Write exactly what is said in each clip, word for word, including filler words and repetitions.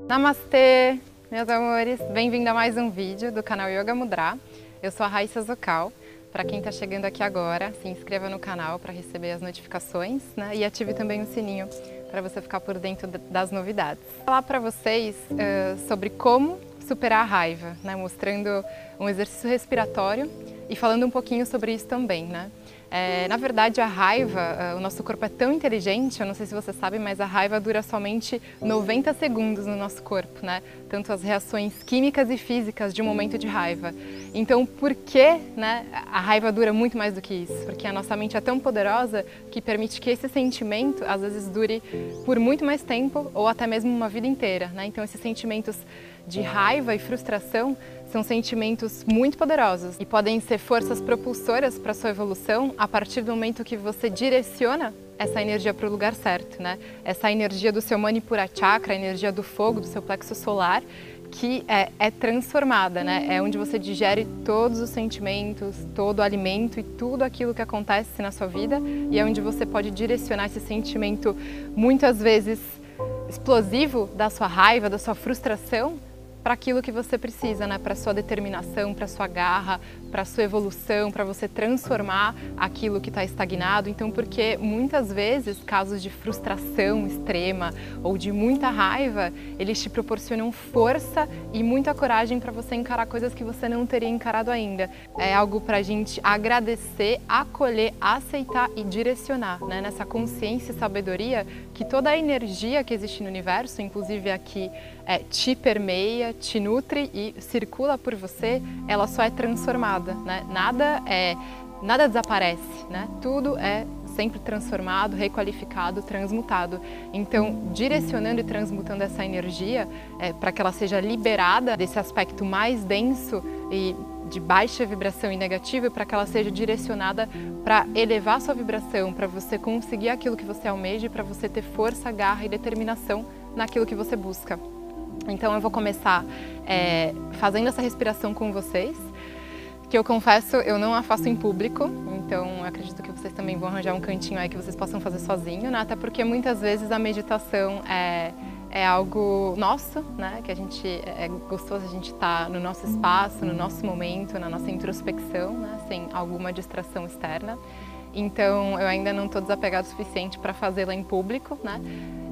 Namastê, meus amores! Bem-vindo a mais um vídeo do canal Yoga Mudra. Eu sou a Raíssa Zocal. Para quem está chegando aqui agora, se inscreva no canal para receber as notificações, né? E ative também o sininho para você ficar por dentro das novidades. Vou falar para vocês uh, sobre como superar a raiva, né? Mostrando um exercício respiratório e falando um pouquinho sobre isso também, né? É, na verdade, a raiva, o nosso corpo é tão inteligente, eu não sei se você sabe, mas a raiva dura somente noventa segundos no nosso corpo, né? Tanto as reações químicas e físicas de um momento de raiva. Então, por que, né, a raiva dura muito mais do que isso? Porque a nossa mente é tão poderosa que permite que esse sentimento, às vezes, dure por muito mais tempo ou até mesmo uma vida inteira, né? Então, esses sentimentos de raiva e frustração são sentimentos muito poderosos e podem ser forças propulsoras para a sua evolução a partir do momento que você direciona essa energia para o lugar certo, né? Essa energia do seu Manipura Chakra, a energia do fogo, do seu plexo solar, que é, é transformada, né? É onde você digere todos os sentimentos, todo o alimento e tudo aquilo que acontece na sua vida, e é onde você pode direcionar esse sentimento, muitas vezes explosivo, da sua raiva, da sua frustração, para aquilo que você precisa, né? Para a sua determinação, para a sua garra, para a sua evolução, para você transformar aquilo que está estagnado. Então, porque muitas vezes casos de frustração extrema ou de muita raiva, eles te proporcionam força e muita coragem para você encarar coisas que você não teria encarado ainda. É algo para a gente agradecer, acolher, aceitar e direcionar, né? Nessa consciência e sabedoria que toda a energia que existe no universo, inclusive aqui, é, te permeia, te nutre e circula por você, ela só é transformada, né? Nada é, nada desaparece, né? Tudo é sempre transformado, requalificado, transmutado. Então, direcionando e transmutando essa energia é, para que ela seja liberada desse aspecto mais denso e de baixa vibração e negativo, para que ela seja direcionada para elevar a sua vibração, para você conseguir aquilo que você almeja, para você ter força, garra e determinação naquilo que você busca. Então eu vou começar é, fazendo essa respiração com vocês, que eu confesso, eu não a faço em público, então acredito que vocês também vão arranjar um cantinho aí que vocês possam fazer sozinho, né? Até porque muitas vezes a meditação é, é algo nosso, né? Que a gente, é gostoso a gente estar no nosso espaço, no nosso momento, na nossa introspecção, né? Sem alguma distração externa. Então eu ainda não estou desapegada o suficiente para fazê-la em público, né?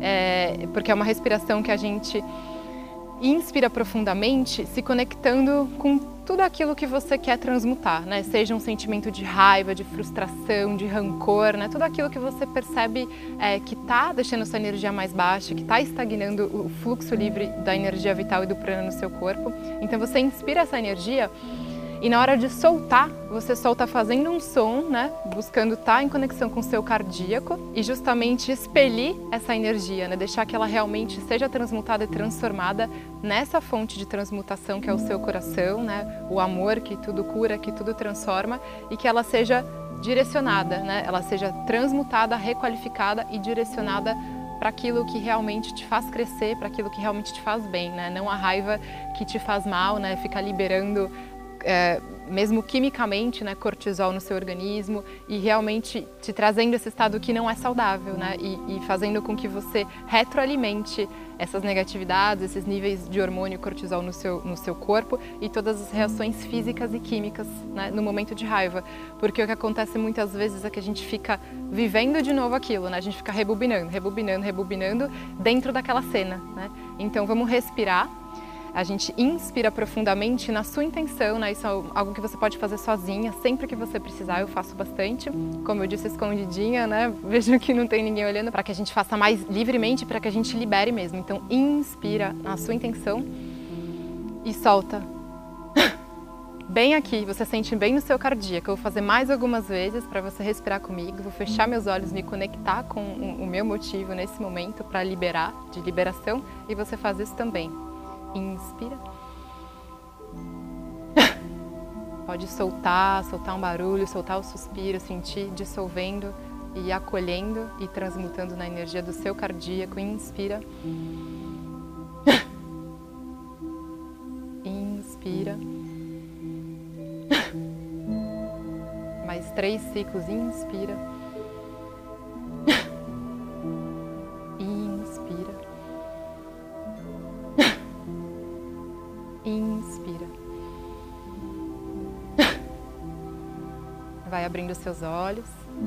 É, porque é uma respiração que a gente inspira profundamente, se conectando com tudo aquilo que você quer transmutar, né? Seja um sentimento de raiva, de frustração, de rancor, né? Tudo aquilo que você percebe é, que está deixando sua energia mais baixa, que está estagnando o fluxo livre da energia vital e do prana no seu corpo. Então você inspira essa energia e na hora de soltar, você solta fazendo um som, né? Buscando estar em conexão com o seu cardíaco e justamente expelir essa energia, né? Deixar que ela realmente seja transmutada e transformada nessa fonte de transmutação que é o seu coração, né? O amor que tudo cura, que tudo transforma, e que ela seja direcionada, né? Ela seja transmutada, requalificada e direcionada para aquilo que realmente te faz crescer, para aquilo que realmente te faz bem, né? Não a raiva que te faz mal, né? Ficar liberando É, mesmo quimicamente, né, cortisol no seu organismo e realmente te trazendo esse estado que não é saudável, né, e, e fazendo com que você retroalimente essas negatividades, esses níveis de hormônio cortisol no seu, no seu corpo e todas as reações físicas e químicas, né, no momento de raiva. Porque o que acontece muitas vezes é que a gente fica vivendo de novo aquilo, né, a gente fica rebobinando, rebobinando, rebobinando dentro daquela cena, né. Então vamos respirar. A gente inspira profundamente na sua intenção, né? Isso é algo que você pode fazer sozinha, sempre que você precisar, eu faço bastante. Como eu disse, escondidinha, né? Vejo que não tem ninguém olhando, para que a gente faça mais livremente, para que a gente libere mesmo. Então, inspira na sua intenção e solta. Bem aqui, você sente bem no seu cardíaco. Eu vou fazer mais algumas vezes para você respirar comigo. Vou fechar meus olhos, me conectar com o meu motivo nesse momento para liberar, de liberação, e você faz isso também. Inspira. Pode soltar, soltar um barulho, soltar o suspiro, sentir dissolvendo e acolhendo e transmutando na energia do seu cardíaco. Inspira. Inspira. Mais três ciclos. Inspira. Inspira. abrindo seus olhos.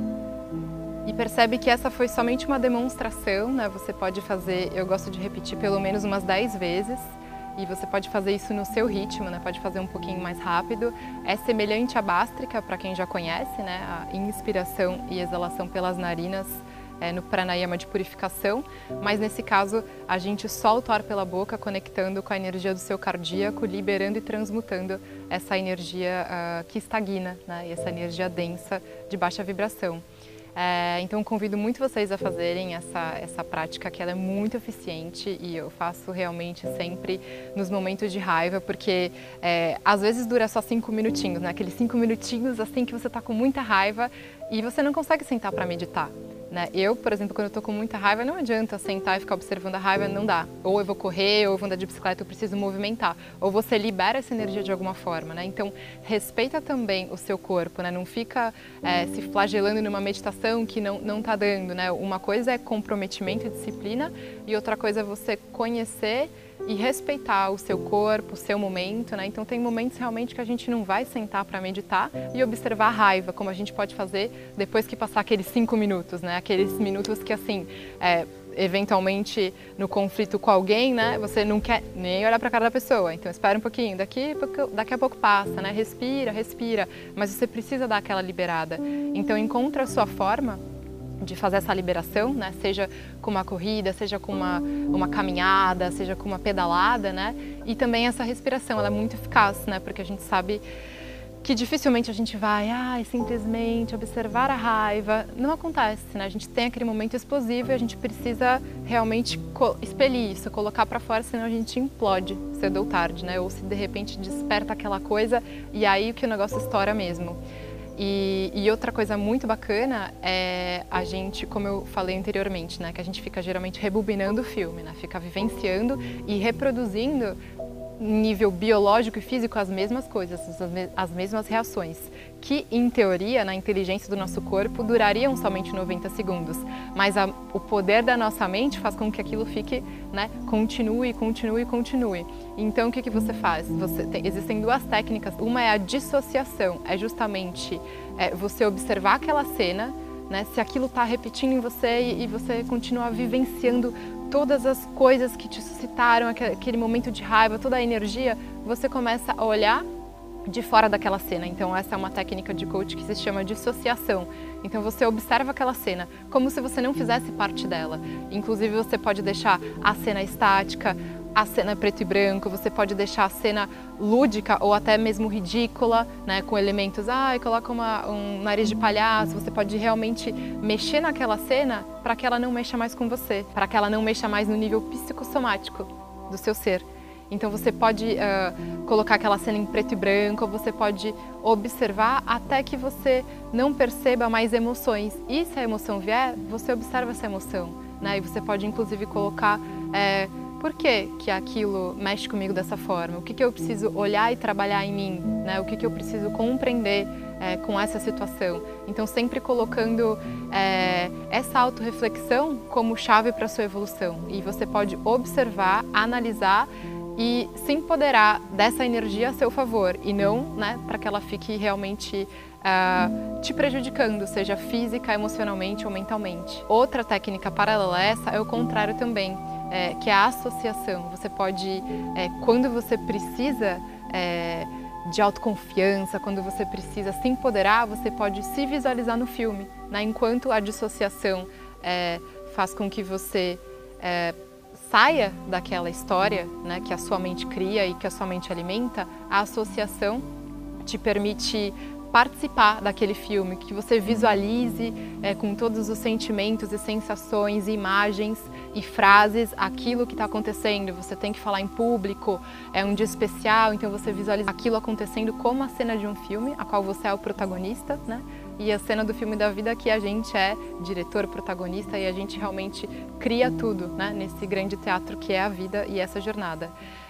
E percebe que essa foi somente uma demonstração, né? Você pode fazer, eu gosto de repetir pelo menos umas dez vezes, e você pode fazer isso no seu ritmo, né? Pode fazer um pouquinho mais rápido. É semelhante à bástrica, para quem já conhece, né? A inspiração e exalação pelas narinas, é, no pranayama de purificação, mas nesse caso a gente solta o ar pela boca, conectando com a energia do seu cardíaco, liberando e transmutando essa energia uh, que estagna, né? E essa energia densa de baixa vibração. É, então convido muito vocês a fazerem essa, essa prática, que ela é muito eficiente, e eu faço realmente sempre nos momentos de raiva, porque é, às vezes dura só cinco minutinhos, né? Aqueles cinco minutinhos assim que você está com muita raiva e você não consegue sentar para meditar. Né? Eu, por exemplo, quando eu tô com muita raiva, não adianta sentar e ficar observando a raiva, não dá. Ou eu vou correr, ou eu vou andar de bicicleta, eu preciso movimentar. Ou você libera essa energia de alguma forma, né? Então, respeita também o seu corpo, né? Não fica é, se flagelando numa meditação que não, não tá dando, né? Uma coisa é comprometimento e disciplina, e outra coisa é você conhecer e respeitar o seu corpo, o seu momento, né? Então tem momentos realmente que a gente não vai sentar para meditar e observar a raiva, como a gente pode fazer depois que passar aqueles cinco minutos, né? Aqueles minutos que assim, é, eventualmente no conflito com alguém, né? Você não quer nem olhar para a cara da pessoa, então espera um pouquinho, daqui, daqui a pouco passa, né? Respira, respira, mas você precisa dar aquela liberada. Então encontra a sua forma de fazer essa liberação, né? Seja com uma corrida, seja com uma, uma caminhada, seja com uma pedalada, né? E também essa respiração, ela é muito eficaz, né? Porque a gente sabe que dificilmente a gente vai, ai, simplesmente observar a raiva. Não acontece, né? A gente tem aquele momento explosivo e a gente precisa realmente expelir isso, colocar para fora, senão a gente implode cedo ou tarde, né? Ou se de repente desperta aquela coisa e aí que o negócio estoura mesmo. E, e outra coisa muito bacana é a gente, como eu falei anteriormente, né, que a gente fica geralmente rebobinando o filme, né, fica vivenciando e reproduzindo em nível biológico e físico as mesmas coisas, as mesmas reações, que em teoria, na inteligência do nosso corpo, durariam somente noventa segundos, mas a, o poder da nossa mente faz com que aquilo fique, né, continue, continue, continue. Então o que, que você faz? Você tem, existem duas técnicas, uma é a dissociação, é justamente é, você observar aquela cena, né, se aquilo está repetindo em você e, e você continuar vivenciando todas as coisas que te suscitaram, aquele momento de raiva, toda a energia, você começa a olhar de fora daquela cena. Então essa é uma técnica de coach que se chama dissociação. Então você observa aquela cena como se você não fizesse parte dela. Inclusive você pode deixar a cena estática, a cena preto e branco, você pode deixar a cena lúdica ou até mesmo ridícula, né, com elementos, ah, coloca uma, um nariz de palhaço, você pode realmente mexer naquela cena para que ela não mexa mais com você, para que ela não mexa mais no nível psicossomático do seu ser. Então você pode uh, colocar aquela cena em preto e branco, ou você pode observar até que você não perceba mais emoções. E se a emoção vier, você observa essa emoção, né? E você pode inclusive colocar é, por que que aquilo mexe comigo dessa forma, o que que eu preciso olhar e trabalhar em mim, né? O que que eu preciso compreender é, com essa situação. Então sempre colocando é, essa autorreflexão como chave para a sua evolução. E você pode observar, analisar e se empoderar dessa energia a seu favor e não, né, para que ela fique realmente uh, te prejudicando, seja física, emocionalmente ou mentalmente. Outra técnica paralela a essa é o contrário também, é, que é a associação. Você pode, é, quando você precisa é, de autoconfiança, quando você precisa se empoderar, você pode se visualizar no filme, né? Enquanto a dissociação é, faz com que você é, saia daquela história, né, que a sua mente cria e que a sua mente alimenta, a associação te permite participar daquele filme, que você visualize é, com todos os sentimentos e sensações, imagens e frases aquilo que está acontecendo. Você tem que falar em público, é um dia especial, então você visualiza aquilo acontecendo como a cena de um filme, a qual você é o protagonista, né? E a cena do filme da vida que a gente é diretor, protagonista, e a gente realmente cria tudo, né, nesse grande teatro que é a vida e essa jornada.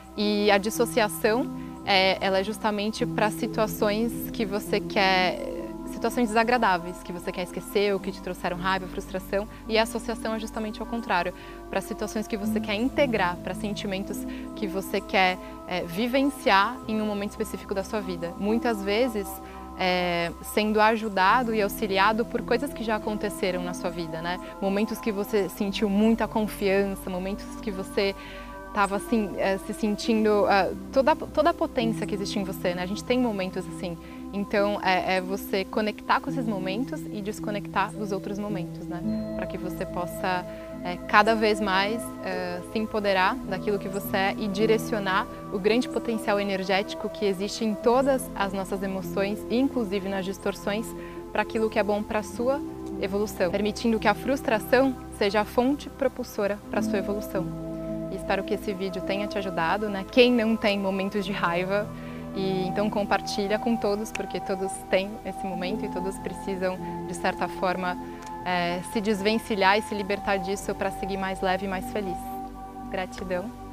E a dissociação, é, ela é justamente para situações que você quer, situações desagradáveis, que você quer esquecer ou que te trouxeram raiva, frustração, e a associação é justamente ao contrário, para situações que você quer integrar, para sentimentos que você quer é, vivenciar em um momento específico da sua vida. Muitas vezes, é, sendo ajudado e auxiliado por coisas que já aconteceram na sua vida, né? Momentos que você sentiu muita confiança, momentos que você estava assim, é, se sentindo é, toda, toda a potência que existe em você, né? A gente tem momentos assim. Então é, é você conectar com esses momentos e desconectar dos outros momentos, né? Para que você possa é, cada vez mais é, se empoderar daquilo que você é e direcionar o grande potencial energético que existe em todas as nossas emoções, inclusive nas distorções, para aquilo que é bom para a sua evolução, permitindo que a frustração seja a fonte propulsora para a sua evolução. E espero que esse vídeo tenha te ajudado, né? Quem não tem momentos de raiva, e então compartilha com todos, porque todos têm esse momento e todos precisam, de certa forma, é, se desvencilhar e se libertar disso para seguir mais leve e mais feliz. Gratidão.